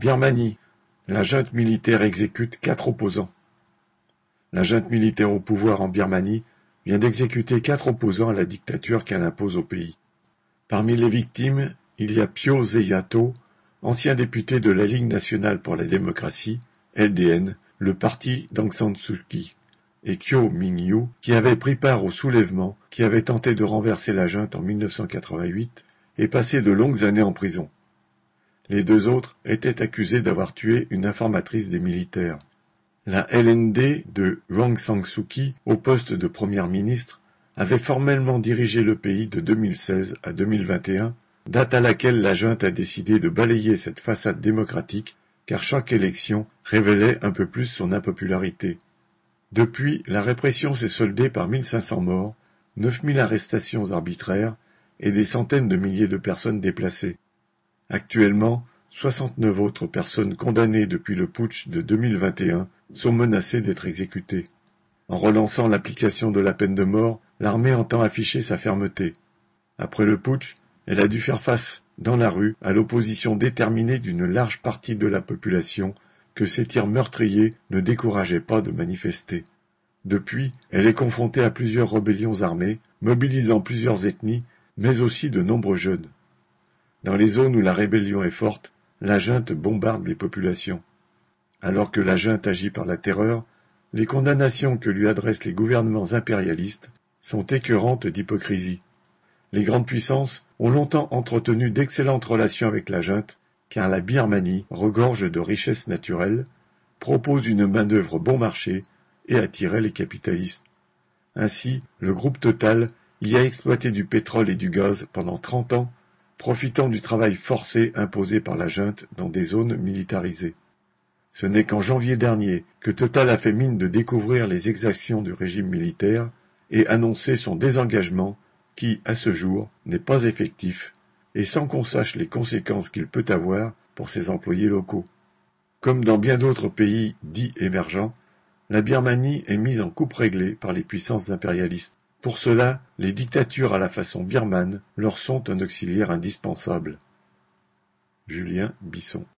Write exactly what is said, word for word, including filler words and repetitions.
Birmanie. La junte militaire exécute quatre opposants. La junte militaire au pouvoir en Birmanie vient d'exécuter quatre opposants à la dictature qu'elle impose au pays. Parmi les victimes, il y a Phyo Zeyato, ancien député de la Ligue nationale pour la démocratie, L D N, le parti d'Aung San Suu Kyi, et Kyaw Ming-yu, qui avait pris part au soulèvement qui avait tenté de renverser la junte en mille neuf cent quatre-vingt-huit et passé de longues années en prison. Les deux autres étaient accusés d'avoir tué une informatrice des militaires. La L N D de Aung San Suu Kyi, au poste de première ministre, avait formellement dirigé le pays de deux mille seize à deux mille vingt et un, date à laquelle la junte a décidé de balayer cette façade démocratique, car chaque élection révélait un peu plus son impopularité. Depuis, la répression s'est soldée par mille cinq cents morts, neuf mille arrestations arbitraires et des centaines de milliers de personnes déplacées. Actuellement, soixante-neuf autres personnes condamnées depuis le putsch de deux mille vingt et un sont menacées d'être exécutées. En relançant l'application de la peine de mort, l'armée entend afficher sa fermeté. Après le putsch, elle a dû faire face, dans la rue, à l'opposition déterminée d'une large partie de la population que ces tirs meurtriers ne décourageaient pas de manifester. Depuis, elle est confrontée à plusieurs rébellions armées, mobilisant plusieurs ethnies, mais aussi de nombreux jeunes. Dans les zones où la rébellion est forte, la junte bombarde les populations. Alors que la junte agit par la terreur, les condamnations que lui adressent les gouvernements impérialistes sont écœurantes d'hypocrisie. Les grandes puissances ont longtemps entretenu d'excellentes relations avec la junte, car la Birmanie regorge de richesses naturelles, propose une main-d'œuvre bon marché et attirait les capitalistes. Ainsi, le groupe Total y a exploité du pétrole et du gaz pendant trente ans, profitant du travail forcé imposé par la junte dans des zones militarisées. Ce n'est qu'en janvier dernier que Total a fait mine de découvrir les exactions du régime militaire et annoncé son désengagement qui, à ce jour, n'est pas effectif, et sans qu'on sache les conséquences qu'il peut avoir pour ses employés locaux. Comme dans bien d'autres pays dits émergents, la Birmanie est mise en coupe réglée par les puissances impérialistes. Pour cela, les dictatures à la façon birmane leur sont un auxiliaire indispensable. Julien Bisson.